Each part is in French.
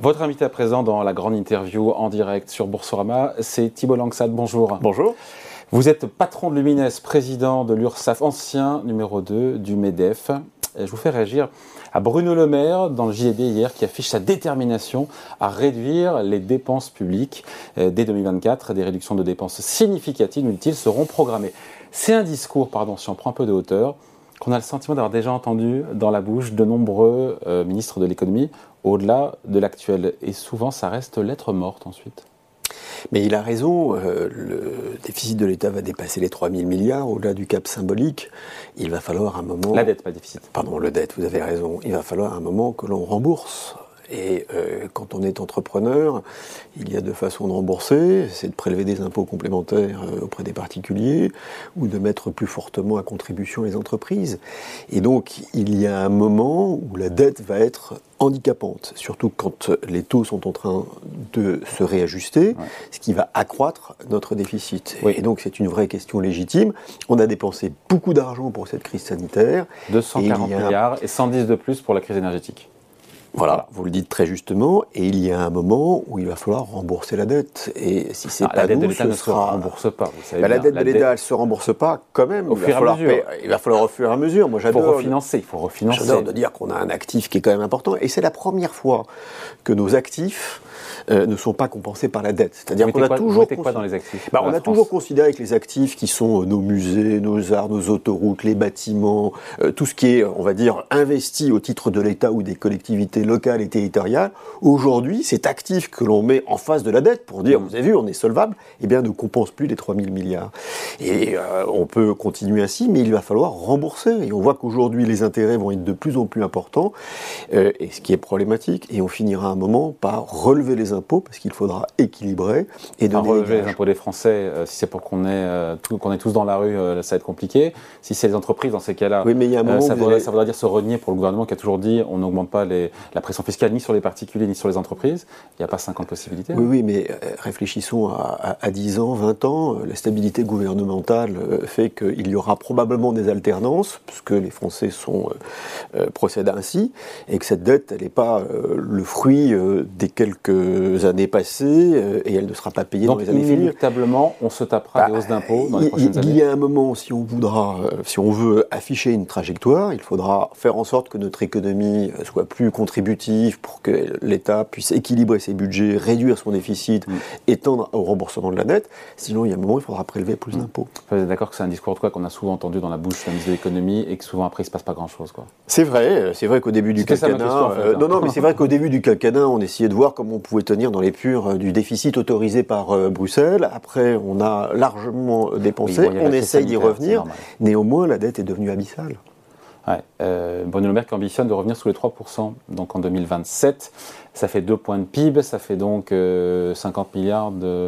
Votre invité à présent dans la grande interview en direct sur Boursorama, c'est Thibault Langsat. Bonjour. Bonjour. Vous êtes patron de Lumines, président de l'URSSAF, ancien numéro 2 du MEDEF. Et je vous fais réagir à Bruno Le Maire dans le JDD hier qui affiche sa détermination à réduire les dépenses publiques. Dès 2024, des réductions de dépenses significatives, nous dit-il, seront programmées. C'est un discours, si on prend un peu de hauteur, qu'on a le sentiment d'avoir déjà entendu dans la bouche de nombreux ministres de l'économie, au-delà de l'actuel. Et souvent, ça reste lettre morte ensuite. Mais il a raison, le déficit de l'État va dépasser les 3 000 milliards, au-delà du cap symbolique. Il va falloir un moment... La dette, pas le déficit. Pardon, le dette, vous avez raison. Il va falloir un moment que l'on rembourse. Et quand on est entrepreneur, il y a deux façons de rembourser, c'est de prélever des impôts complémentaires auprès des particuliers ou de mettre plus fortement à contribution les entreprises. Et donc, il y a un moment où la dette va être handicapante, surtout quand les taux sont en train de se réajuster, ce qui va accroître notre déficit. Oui. Et donc, c'est une vraie question légitime. On a dépensé beaucoup d'argent pour cette crise sanitaire. 240 milliards et 110 de plus pour la crise énergétique. Voilà, vous le dites très justement, et il y a un moment où il va falloir rembourser la dette. Et si c'est pas la dette nous, de l'État ne se rembourse pas, vous savez la dette de l'État, elle ne se rembourse pas quand même. Au fur et à mesure. Il va falloir au fur et à mesure. Moi, il faut refinancer. J'adore de dire qu'on a un actif qui est quand même important. Et c'est la première fois que nos actifs ne sont pas compensés par la dette. C'est-à-dire qu'on a toujours quoi dans les actifs on a toujours considéré que les actifs qui sont nos musées, nos arts, nos autoroutes, les bâtiments, tout ce qui est, on va dire, investi au titre de l'État ou des collectivités locales et territoriales, aujourd'hui, cet actif que l'on met en face de la dette pour dire, vous avez vu, on est solvable, eh bien, ne compense plus les 3 000 milliards. Et on peut continuer ainsi, mais il va falloir rembourser. Et on voit qu'aujourd'hui, les intérêts vont être de plus en plus importants, et ce qui est problématique. Et on finira un moment par relever les impôts, parce qu'il faudra équilibrer et donner relever les impôts des Français, si c'est pour qu'on est tous dans la rue, ça va être compliqué. Si c'est les entreprises, dans ces cas-là, oui, mais il y a un moment ça voudra dire se renier pour le gouvernement qui a toujours dit on n'augmente pas la pression fiscale ni sur les particuliers ni sur les entreprises. Il n'y a pas 50 possibilités. Oui, mais réfléchissons à 10 ans, 20 ans. La stabilité gouvernementale fait qu'il y aura probablement des alternances, puisque les Français procèdent ainsi, et que cette dette, elle n'est pas le fruit des quelques années passées, et elle ne sera pas payée dans les années futures. Donc, inéluctablement, on se tapera des hausses d'impôts dans les prochaines années. Il y a un moment, si on veut afficher une trajectoire, il faudra faire en sorte que notre économie soit plus contributive pour que l'État puisse équilibrer ses budgets, réduire son déficit, et tendre au remboursement de la dette. Sinon, il y a un moment, il faudra prélever plus d'impôts. Vous êtes d'accord que c'est un discours qu'on a souvent entendu dans la bouche de la ministre de l'économie et que souvent après, il ne se passe pas grand-chose, quoi. C'est vrai qu'au début du quinquennat... mais c'est vrai qu'au début du quinquennat, on essayait de voir comment on pouvait tenir dans l'épure du déficit autorisé par Bruxelles. Après, on a largement dépensé, on essaye d'y revenir. Néanmoins, la dette est devenue abyssale. Bruno Le Maire qui ambitionne de revenir sous les 3% donc en 2027. Ça fait 2 points de PIB, ça fait donc 50 milliards de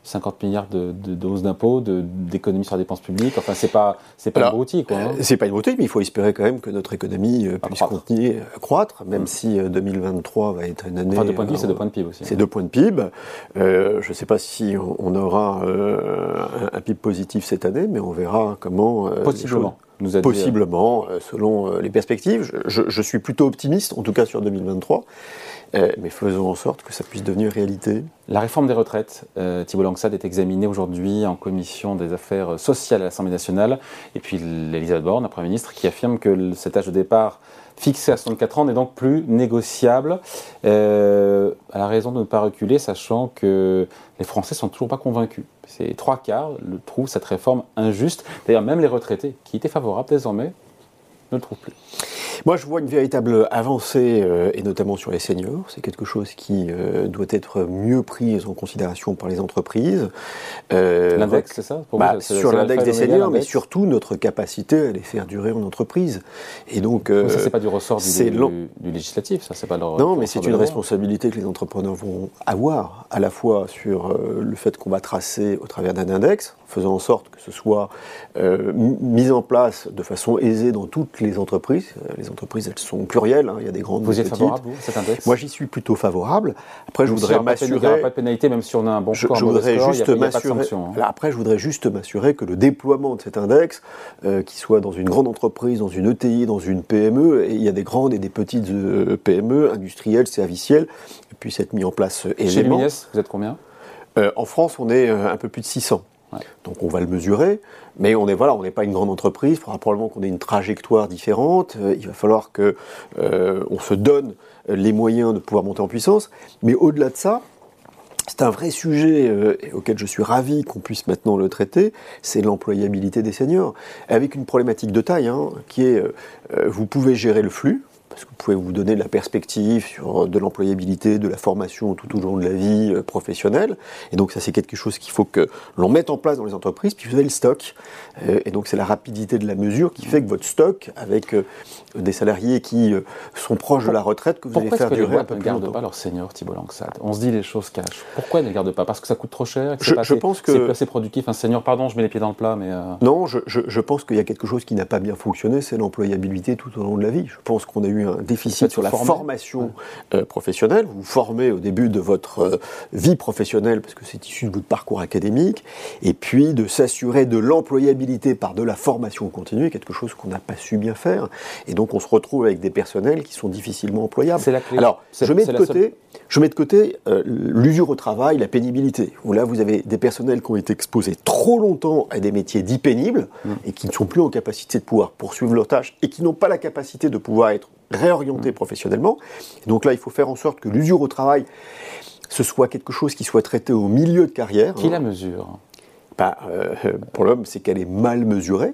hausse d'impôts, d'économies sur la dépense publique. Enfin, c'est pas une broutilles, quoi. C'est pas une broutilles, mais il faut espérer quand même que notre économie puisse continuer à croître, même si 2023 va être une année... 2 points de PIB, c'est 2 points de PIB aussi. C'est 2 points de PIB. Je ne sais pas si on aura un PIB positif cette année, mais on verra comment... Possiblement. Possiblement, selon les perspectives. Je suis plutôt optimiste, en tout cas sur 2023, mais faisons en sorte que ça puisse devenir réalité. La réforme des retraites, Thibault Langsat, est examinée aujourd'hui en commission des affaires sociales à l'Assemblée nationale. Et puis Elisabeth Borne, la Première ministre, qui affirme que cet âge de départ fixé à 64 ans n'est donc plus négociable. Elle a raison de ne pas reculer, sachant que les Français ne sont toujours pas convaincus. C'est 3/4 trouvent cette réforme injuste. D'ailleurs, même les retraités, qui étaient favorables désormais, ne le trouvent plus. Moi, je vois une véritable avancée, et notamment sur les seniors. C'est quelque chose qui doit être mieux pris en considération par les entreprises. L'index, c'est ça pour vous, sur l'index des seniors, mais surtout notre capacité à les faire durer en entreprise. Et donc, ça, c'est pas du ressort du législatif, ça, c'est pas leur... Non, mais c'est une responsabilité que les entrepreneurs vont avoir, à la fois sur le fait qu'on va tracer au travers d'un index, en faisant en sorte que ce soit mis en place de façon aisée dans toutes les entreprises. Les entreprises, elles sont plurielles, il y a des grandes et des petites. Vous êtes favorable, vous, cet index ? Moi, j'y suis plutôt favorable. Après, je voudrais m'assurer... Il n'y aura pas de pénalité, même si on a un bon score, il n'y a pas de sanction. Après, je voudrais juste m'assurer que le déploiement de cet index, qu'il soit dans une grande entreprise, dans une ETI, dans une PME, et il y a des grandes et des petites PME, industrielles, servicielles, puisse être mis en place aisément. Chez Lumines, vous êtes combien ? En France, on est un peu plus de 600. Ouais. Donc on va le mesurer, mais on n'est pas une grande entreprise, il faudra probablement qu'on ait une trajectoire différente, il va falloir qu'on se donne les moyens de pouvoir monter en puissance, mais au-delà de ça, c'est un vrai sujet auquel je suis ravi qu'on puisse maintenant le traiter, c'est l'employabilité des seniors, avec une problématique de taille, qui est, vous pouvez gérer le flux, parce que vous pouvez vous donner de la perspective sur de l'employabilité, de la formation tout au long de la vie professionnelle. Et donc ça, c'est quelque chose qu'il faut que l'on mette en place dans les entreprises. Puis vous avez le stock. Et donc c'est la rapidité de la mesure qui fait que votre stock, avec des salariés qui sont proches de la retraite, que vous allez faire durer un peu plus longtemps. Pourquoi est-ce que les boîtes ne gardent pas leurs seniors, Thibault Langsat ? On se dit les choses cachent. Pourquoi ils ne les gardent pas ? Parce que ça coûte trop cher, que c'est pas assez productif. Un senior, pardon, je mets les pieds dans le plat, mais... Non, je pense qu'il y a quelque chose qui n'a pas bien fonctionné, c'est l'employabilité tout au long de la vie. Je pense qu'on a eu un déficit sur la formation professionnelle. Vous vous formez au début de votre vie professionnelle parce que c'est issu de votre parcours académique, et puis de s'assurer de l'employabilité par de la formation continue, quelque chose qu'on n'a pas su bien faire. Et donc on se retrouve avec des personnels qui sont difficilement employables. C'est la clé. Alors, je mets de côté l'usure au travail, la pénibilité. Où là, vous avez des personnels qui ont été exposés trop longtemps à des métiers dits pénibles et qui ne sont plus en capacité de pouvoir poursuivre leurs tâches et qui n'ont pas la capacité de pouvoir être réorientés professionnellement. Et donc là, il faut faire en sorte que l'usure au travail, ce soit quelque chose qui soit traité au milieu de carrière. Qui la mesure ? Le problème, c'est qu'elle est mal mesurée.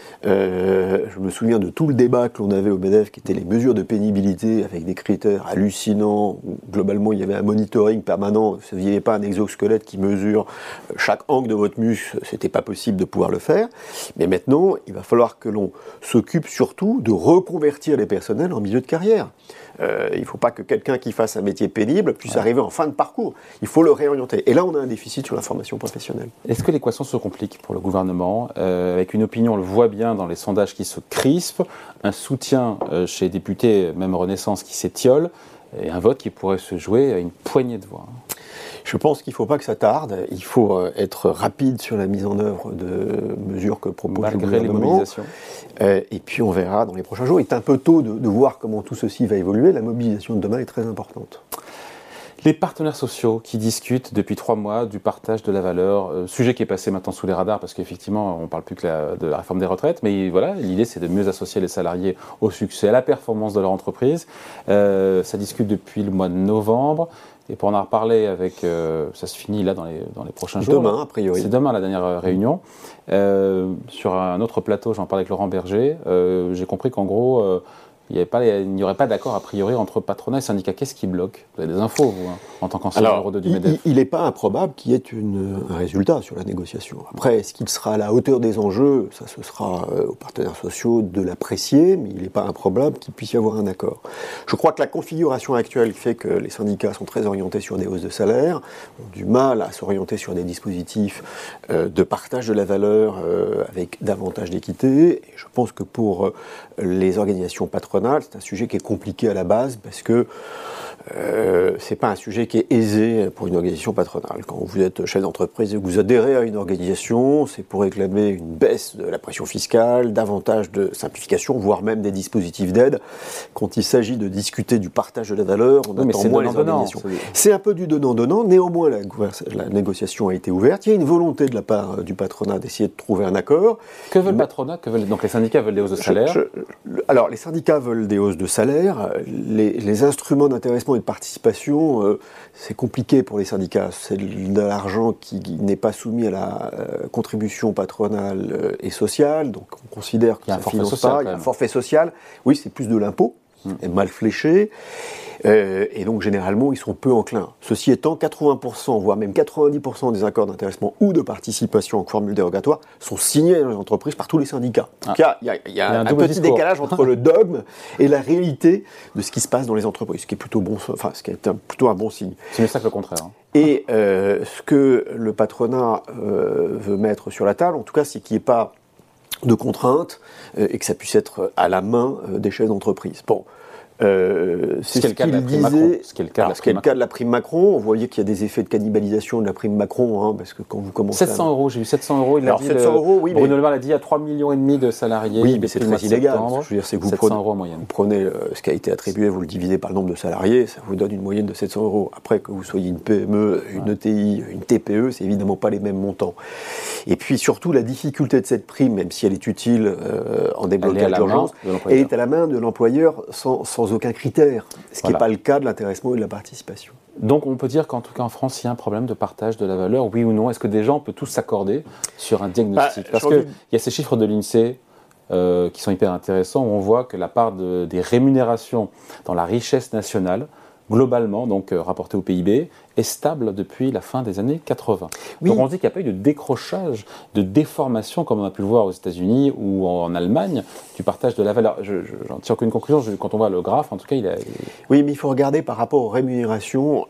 Je me souviens de tout le débat que l'on avait au MEDEF, qui étaient les mesures de pénibilité avec des critères hallucinants, où globalement il y avait un monitoring permanent, vous n'aviez pas un exosquelette qui mesure chaque angle de votre muscle, c'était pas possible de pouvoir le faire. Mais maintenant, il va falloir que l'on s'occupe surtout de reconvertir les personnels en milieu de carrière. Il ne faut pas que quelqu'un qui fasse un métier pénible puisse arriver en fin de parcours. Il faut le réorienter. Et là, on a un déficit sur la formation professionnelle. Est-ce que l'équation se complique pour le gouvernement, avec une opinion, on le voit bien dans les sondages qui se crispent, un soutien chez les députés, même Renaissance, qui s'étiole, et un vote qui pourrait se jouer à une poignée de voix ? Je pense qu'il ne faut pas que ça tarde. Il faut être rapide sur la mise en œuvre de mesures que propose le gouvernement. Malgré les mobilisations. Et puis on verra dans les prochains jours. Il est un peu tôt de voir comment tout ceci va évoluer. La mobilisation de demain est très importante. Les partenaires sociaux qui discutent depuis 3 mois du partage de la valeur, sujet qui est passé maintenant sous les radars parce qu'effectivement on ne parle plus que de la réforme des retraites, mais voilà, l'idée c'est de mieux associer les salariés au succès, à la performance de leur entreprise. Ça discute depuis le mois de novembre. Et pour en reparler avec, ça se finit là dans les prochains jours. Demain, a priori. C'est demain la dernière réunion. Sur un autre plateau, j'en parlais avec Laurent Berger. J'ai compris qu'en gros, il n'y aurait pas d'accord a priori entre patronat et syndicat. Qu'est-ce qui bloque ? Vous avez des infos, vous, en tant qu'ancien numéro 2 du MEDEF. Il n'est pas improbable qu'il y ait un résultat sur la négociation. Après, est-ce qu'il sera à la hauteur des enjeux ? Ça, ce sera aux partenaires sociaux de l'apprécier, mais il n'est pas improbable qu'il puisse y avoir un accord. Je crois que la configuration actuelle fait que les syndicats sont très orientés sur des hausses de salaire, ont du mal à s'orienter sur des dispositifs de partage de la valeur avec davantage d'équité. Et je pense que pour les organisations patronales, c'est un sujet qui est compliqué à la base parce que c'est pas un sujet qui est aisé pour une organisation patronale. Quand vous êtes chef d'entreprise et que vous adhérez à une organisation, c'est pour réclamer une baisse de la pression fiscale, davantage de simplification, voire même des dispositifs d'aide. Quand il s'agit de discuter du partage de la valeur, on attend moins les organisations. C'est un peu du donnant-donnant. Néanmoins, la négociation a été ouverte. Il y a une volonté de la part du patronat d'essayer de trouver un accord. Que veut le patronat ? Donc les syndicats veulent des hausses de salaire. Alors les syndicats veulent des hausses de salaire. Les instruments d'intéressement et de participation, c'est compliqué pour les syndicats. C'est de l'argent qui n'est pas soumis à la contribution patronale et sociale, donc on considère que ça ne finance pas. Il y a un forfait social. Oui, c'est plus de l'impôt, mal fléché. Et donc généralement ils sont peu enclins. Ceci étant, 80%, voire même 90% des accords d'intéressement ou de participation en formule dérogatoire sont signés dans les entreprises par tous les syndicats. Donc il y a un petit décalage entre le dogme et la réalité de ce qui se passe dans les entreprises, ce qui est plutôt bon, ce qui est plutôt un bon signe. C'est mieux ça que le contraire. Et ce que le patronat veut mettre sur la table, en tout cas, c'est qu'il n'y ait pas de contraintes et que ça puisse être à la main des chefs d'entreprise. Bon. C'est ce qu'il disait. Ce qui est le cas de la prime Macron. On voyait qu'il y a des effets de cannibalisation de la prime Macron, hein, parce que quand vous commencez 700 euros, j'ai eu 700 euros. Il a dit 700 euros, oui. Bruno Le Maire l'a dit à 3,5 millions de salariés. Oui, mais c'est très illégal. Je veux dire, c'est que vous 700 euros en moyenne. Vous prenez ce qui a été attribué, vous le divisez par le nombre de salariés, ça vous donne une moyenne de 700 euros. Après, que vous soyez une PME, une ETI, une TPE, c'est évidemment pas les mêmes montants. Et puis surtout, la difficulté de cette prime, même si elle est utile en déblocage d'urgence, elle est à la main de l'employeur sans aucun critère, ce qui n'est pas le cas de l'intéressement et de la participation. Donc on peut dire qu'en tout cas en France, il y a un problème de partage de la valeur, oui ou non? Est-ce que déjà on peut tous s'accorder sur un diagnostic? Parce qu'il y a ces chiffres de l'INSEE qui sont hyper intéressants, où on voit que la part des rémunérations dans la richesse nationale, globalement, donc rapportée au PIB, est stable depuis la fin des années 80. Oui. Donc on dit qu'il n'y a pas eu de décrochage, de déformation, comme on a pu le voir aux États-Unis ou en Allemagne, du partage de la valeur. J'en tire aucune conclusion, quand on voit le graphe, en tout cas, Oui, mais il faut regarder par rapport aux rémunérations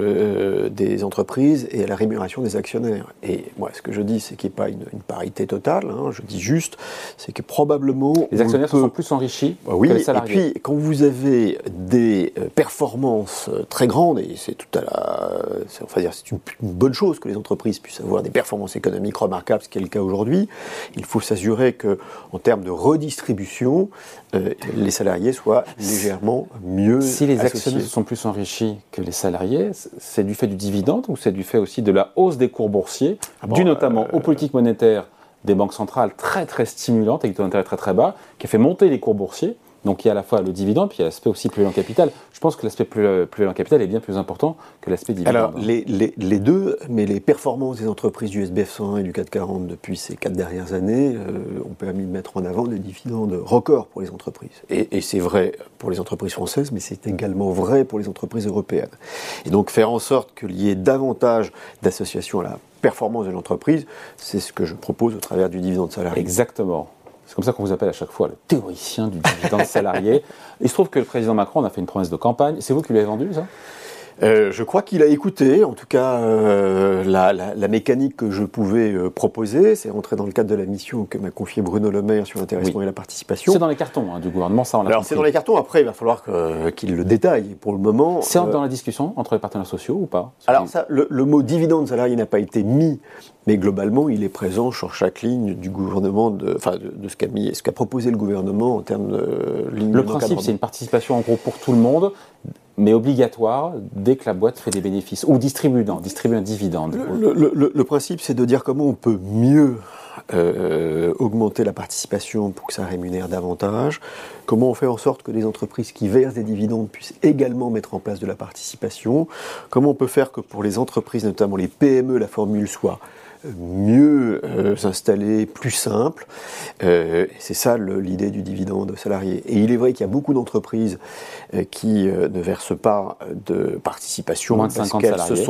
des entreprises et à la rémunération des actionnaires. Et moi, ce que je dis, c'est qu'il n'y a pas une parité totale, hein, je dis juste, c'est que probablement... Les actionnaires se sont plus enrichis que les salariés. Et puis, quand vous avez des performances très grandes, et c'est tout à la... c'est une bonne chose que les entreprises puissent avoir des performances économiques remarquables, ce qui est le cas aujourd'hui. Il faut s'assurer qu'en termes de redistribution, les salariés soient légèrement mieux Si les associés. actionnaires se sont plus enrichis que les salariés, c'est du fait du dividende ou c'est du fait aussi de la hausse des cours boursiers, dû notamment aux politiques monétaires des banques centrales très très stimulantes avec des taux d'intérêt très très bas, qui a fait monter les cours boursiers? Donc il y a à la fois le dividende, puis il y a l'aspect aussi plus-value en capital. Je pense que l'aspect plus-value en capital est bien plus important que l'aspect dividende. Alors les deux, mais les performances des entreprises du SBF 101 et du CAC 40 depuis ces 4 dernières années ont permis de mettre en avant des dividendes records pour les entreprises. Et c'est vrai pour les entreprises françaises, mais c'est également vrai pour les entreprises européennes. Et donc faire en sorte qu'il y ait davantage d'associations à la performance de l'entreprise, c'est ce que je propose au travers du dividende salarié. Exactement. C'est comme ça qu'on vous appelle à chaque fois le théoricien du dividende salarié. Il se trouve que le président Macron, on a fait une promesse de campagne. C'est vous qui lui avez vendu, ça? Je crois qu'il a écouté, en tout cas, la mécanique que je pouvais proposer. C'est rentré dans le cadre de la mission que m'a confiée Bruno Le Maire sur l'intéressement et la participation. C'est dans les cartons du gouvernement, ça on l'a compris. C'est dans les cartons, après il va falloir qu'il le détaille. Pour le moment... C'est dans la discussion entre les partenaires sociaux ou pas? Alors ça, le mot dividende salarié n'a pas été mis, mais globalement il est présent sur chaque ligne du gouvernement, de ce qu'a proposé le gouvernement en termes de ligne. Le principe, c'est une participation en gros pour tout le monde, mais obligatoire dès que la boîte fait des bénéfices, ou distribue un dividende. Le principe, c'est de dire comment on peut mieux augmenter la participation pour que ça rémunère davantage, comment on fait en sorte que les entreprises qui versent des dividendes puissent également mettre en place de la participation, comment on peut faire que pour les entreprises, notamment les PME, la formule soit mieux installée, plus simple. C'est ça l'idée du dividende salarié. Et il est vrai qu'il y a beaucoup d'entreprises qui ne versent pas de participation. Moins de 50 salariés.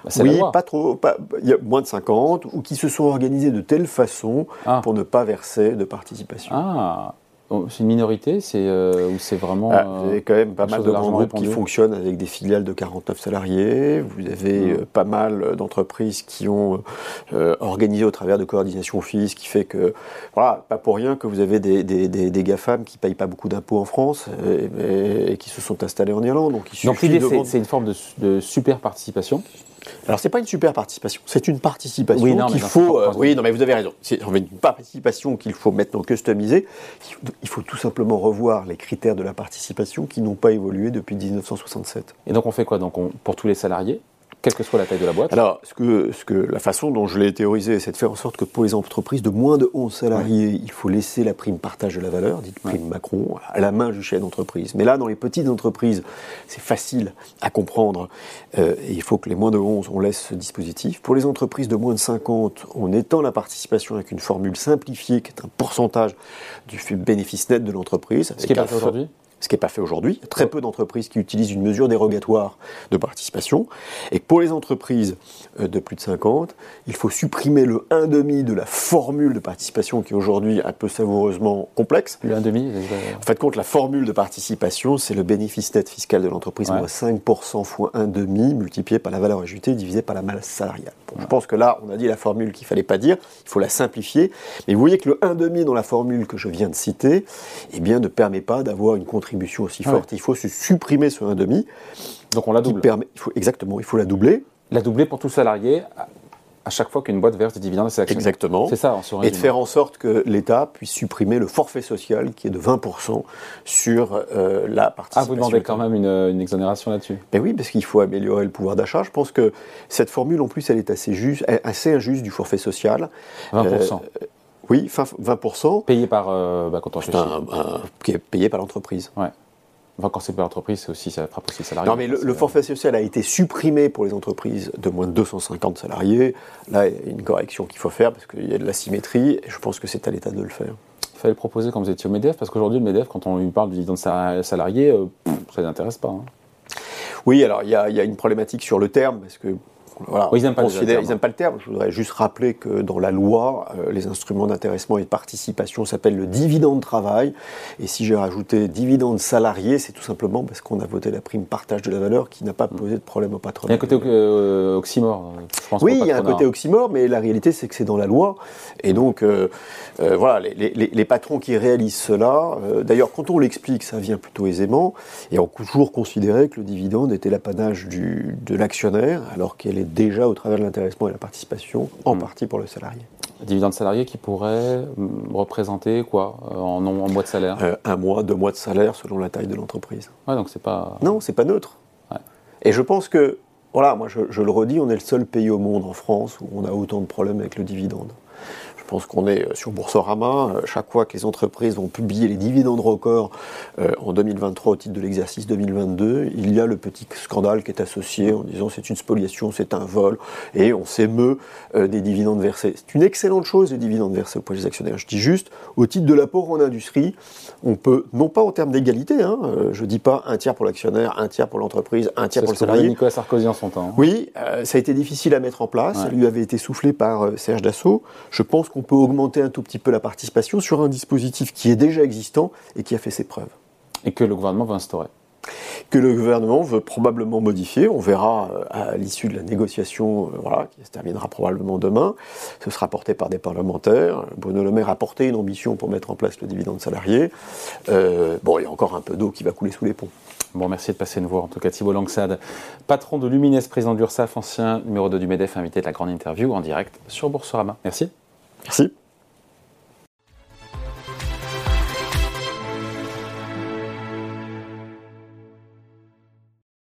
Il y a moins de 50, ou qui se sont organisées de telle façon pour ne pas verser de participation. C'est une minorité, ou c'est vraiment... vous avez quand même pas mal de grands groupes qui fonctionnent avec des filiales de 49 salariés. Vous avez pas mal d'entreprises qui ont organisé au travers de coordination FIS, qui fait que, voilà, pas pour rien que vous avez des GAFAM qui ne payent pas beaucoup d'impôts en France et qui se sont installés en Irlande. Donc l'idée, c'est une forme de super participation. Alors, c'est pas une super participation, c'est une participation qu'il faut... oui, non, mais vous avez raison. C'est une participation qu'il faut maintenant customiser. Il faut tout simplement revoir les critères de la participation qui n'ont pas évolué depuis 1967. Et donc, on fait quoi pour tous les salariés, quelle que soit la taille de la boîte? Alors, la façon dont je l'ai théorisé, c'est de faire en sorte que pour les entreprises de moins de 11 salariés, il faut laisser la prime partage de la valeur, dite prime Macron, à la main du chef d'entreprise. Mais là, dans les petites entreprises, c'est facile à comprendre. Et il faut que les moins de 11, on laisse ce dispositif. Pour les entreprises de moins de 50, on étend la participation avec une formule simplifiée, qui est un pourcentage du bénéfice net de l'entreprise. Ce qui n'est pas fait aujourd'hui ? Ce qui n'est pas fait aujourd'hui. Il y a très peu d'entreprises qui utilisent une mesure dérogatoire de participation. Et pour les entreprises de plus de 50, il faut supprimer le 1,5 de la formule de participation qui est aujourd'hui un peu savoureusement complexe. Le 1,5 En fait, compte la formule de participation, c'est le bénéfice net fiscal de l'entreprise, moins 5% fois 1,5 multiplié par la valeur ajoutée divisé par la masse salariale. Bon, je pense que là, on a dit la formule qu'il ne fallait pas dire, il faut la simplifier. Mais vous voyez que le 1,5 dans la formule que je viens de citer, ne permet pas d'avoir une contribution contribution aussi forte. Il faut se supprimer ce 1,5. Donc on la double. Exactement, il faut la doubler. La doubler pour tout salarié à chaque fois qu'une boîte verse des dividendes à ses actionnaires. Exactement. C'est ça, et de faire en sorte que l'État puisse supprimer le forfait social qui est de 20% sur la participation. Ah, vous demandez quand même une exonération là-dessus. Ben oui, parce qu'il faut améliorer le pouvoir d'achat. Je pense que cette formule, en plus, elle est assez injuste du forfait social. 20%. Oui, 20%. Payé par, quand on réfléchit. Qui est payé par l'entreprise. Ouais. Enfin, quand c'est par l'entreprise, ça frappe aussi les salariés. Non, mais le forfait social a été supprimé pour les entreprises de moins de 250 salariés. Là, il y a une correction qu'il faut faire parce qu'il y a de l'asymétrie et je pense que c'est à l'État de le faire. Il fallait le proposer quand vous étiez au MEDEF, parce qu'aujourd'hui, le MEDEF, quand on lui parle du dividende salarié, ça ne l'intéresse pas. Hein. Oui, alors il y a une problématique sur le terme parce que. Voilà, oui, ils n'aiment pas le terme. Je voudrais juste rappeler que dans la loi, les instruments d'intéressement et de participation s'appellent le dividende travail. Et si j'ai rajouté dividende salarié, c'est tout simplement parce qu'on a voté la prime partage de la valeur qui n'a pas posé de problème au patronat. Il y a un côté oxymore, je pense. Oui, il y a un côté oxymore, mais la réalité, c'est que c'est dans la loi. Et donc, voilà, les patrons qui réalisent cela, d'ailleurs, quand on l'explique, ça vient plutôt aisément. Et on a toujours considéré que le dividende était l'apanage de l'actionnaire, alors qu'elle est déjà au travers de l'intéressement et la participation, en partie pour le salarié. Dividende salarié qui pourrait représenter quoi en mois de salaire 1 mois, 2 mois de salaire selon la taille de l'entreprise. Ouais, donc c'est pas... Non, c'est pas neutre. Ouais. Et je pense que, voilà, moi je le redis, on est le seul pays au monde, en France, où on a autant de problèmes avec le dividende. Je pense qu'on est sur Boursorama, chaque fois que les entreprises vont publier les dividendes records en 2023 au titre de l'exercice 2022, il y a le petit scandale qui est associé en disant c'est une spoliation, c'est un vol, et on s'émeut des dividendes versés. C'est une excellente chose les dividendes versés auprès des actionnaires. Je dis juste, au titre de l'apport en industrie, on peut, non pas en termes d'égalité, je ne dis pas 1 tiers pour l'actionnaire, 1 tiers pour l'entreprise, 1 tiers pour le salarié. C'est Nicolas Sarkozy en son temps. Hein. Oui, ça a été difficile à mettre en place, ça lui avait été soufflé par Serge Dassault. Je pense qu'on peut augmenter un tout petit peu la participation sur un dispositif qui est déjà existant et qui a fait ses preuves. Et que le gouvernement va instaurer. Que le gouvernement veut probablement modifier. On verra à l'issue de la négociation, qui se terminera probablement demain. Ce sera porté par des parlementaires. Bruno Le Maire a porté une ambition pour mettre en place le dividende salarié. Il y a encore un peu d'eau qui va couler sous les ponts. Bon, merci de passer nous voir. En tout cas, Thibault Langsade, patron de Lumines, président de l'URSSAF, ancien numéro 2 du MEDEF, invité de la grande interview en direct sur Boursorama. Merci. Merci.